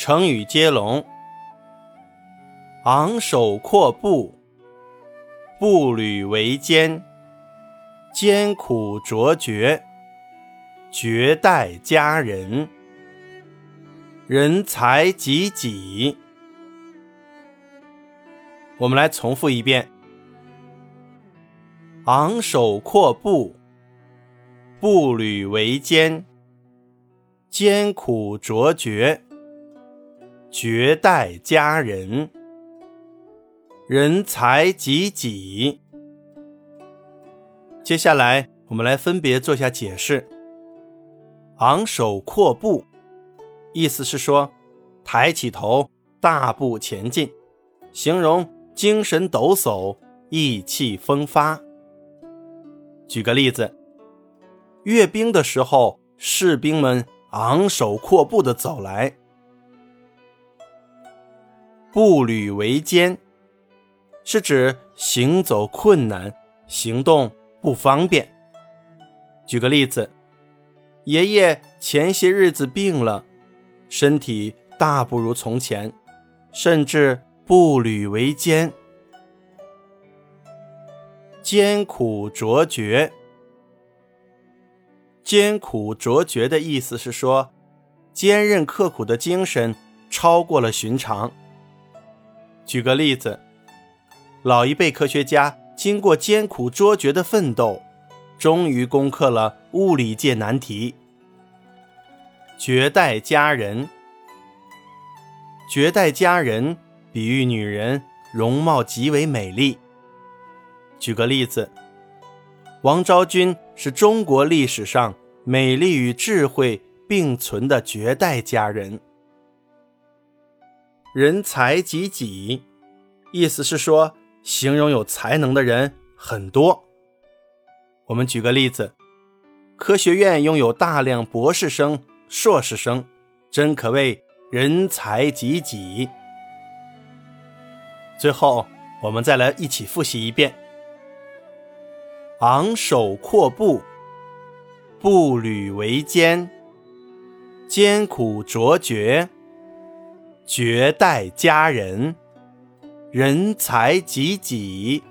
成语接龙：昂首阔步，步履维艰，艰苦卓绝，绝代佳人，人才济济。我们来重复一遍：昂首阔步，步履维艰，艰苦卓绝，绝代佳人，人才济济。接下来我们来分别做下解释。昂首阔步，意思是说抬起头大步前进，形容精神抖擞，意气风发。举个例子，阅兵的时候，士兵们昂首阔步地走来。步履维艰，是指行走困难，行动不方便。举个例子，爷爷前些日子病了，身体大不如从前，甚至步履维艰。艰苦卓绝，艰苦卓绝的意思是说，坚韧刻苦的精神超过了寻常。举个例子，老一辈科学家经过艰苦卓绝的奋斗，终于攻克了物理界难题。绝代佳人，绝代佳人比喻女人容貌极为美丽。举个例子，王昭君是中国历史上美丽与智慧并存的绝代佳人。人才济济，意思是说形容有才能的人很多。我们举个例子，科学院拥有大量博士生、硕士生，真可谓人才济济。最后我们再来一起复习一遍：昂首阔步，步履维艰，艰苦卓绝，绝代佳人，人才济济。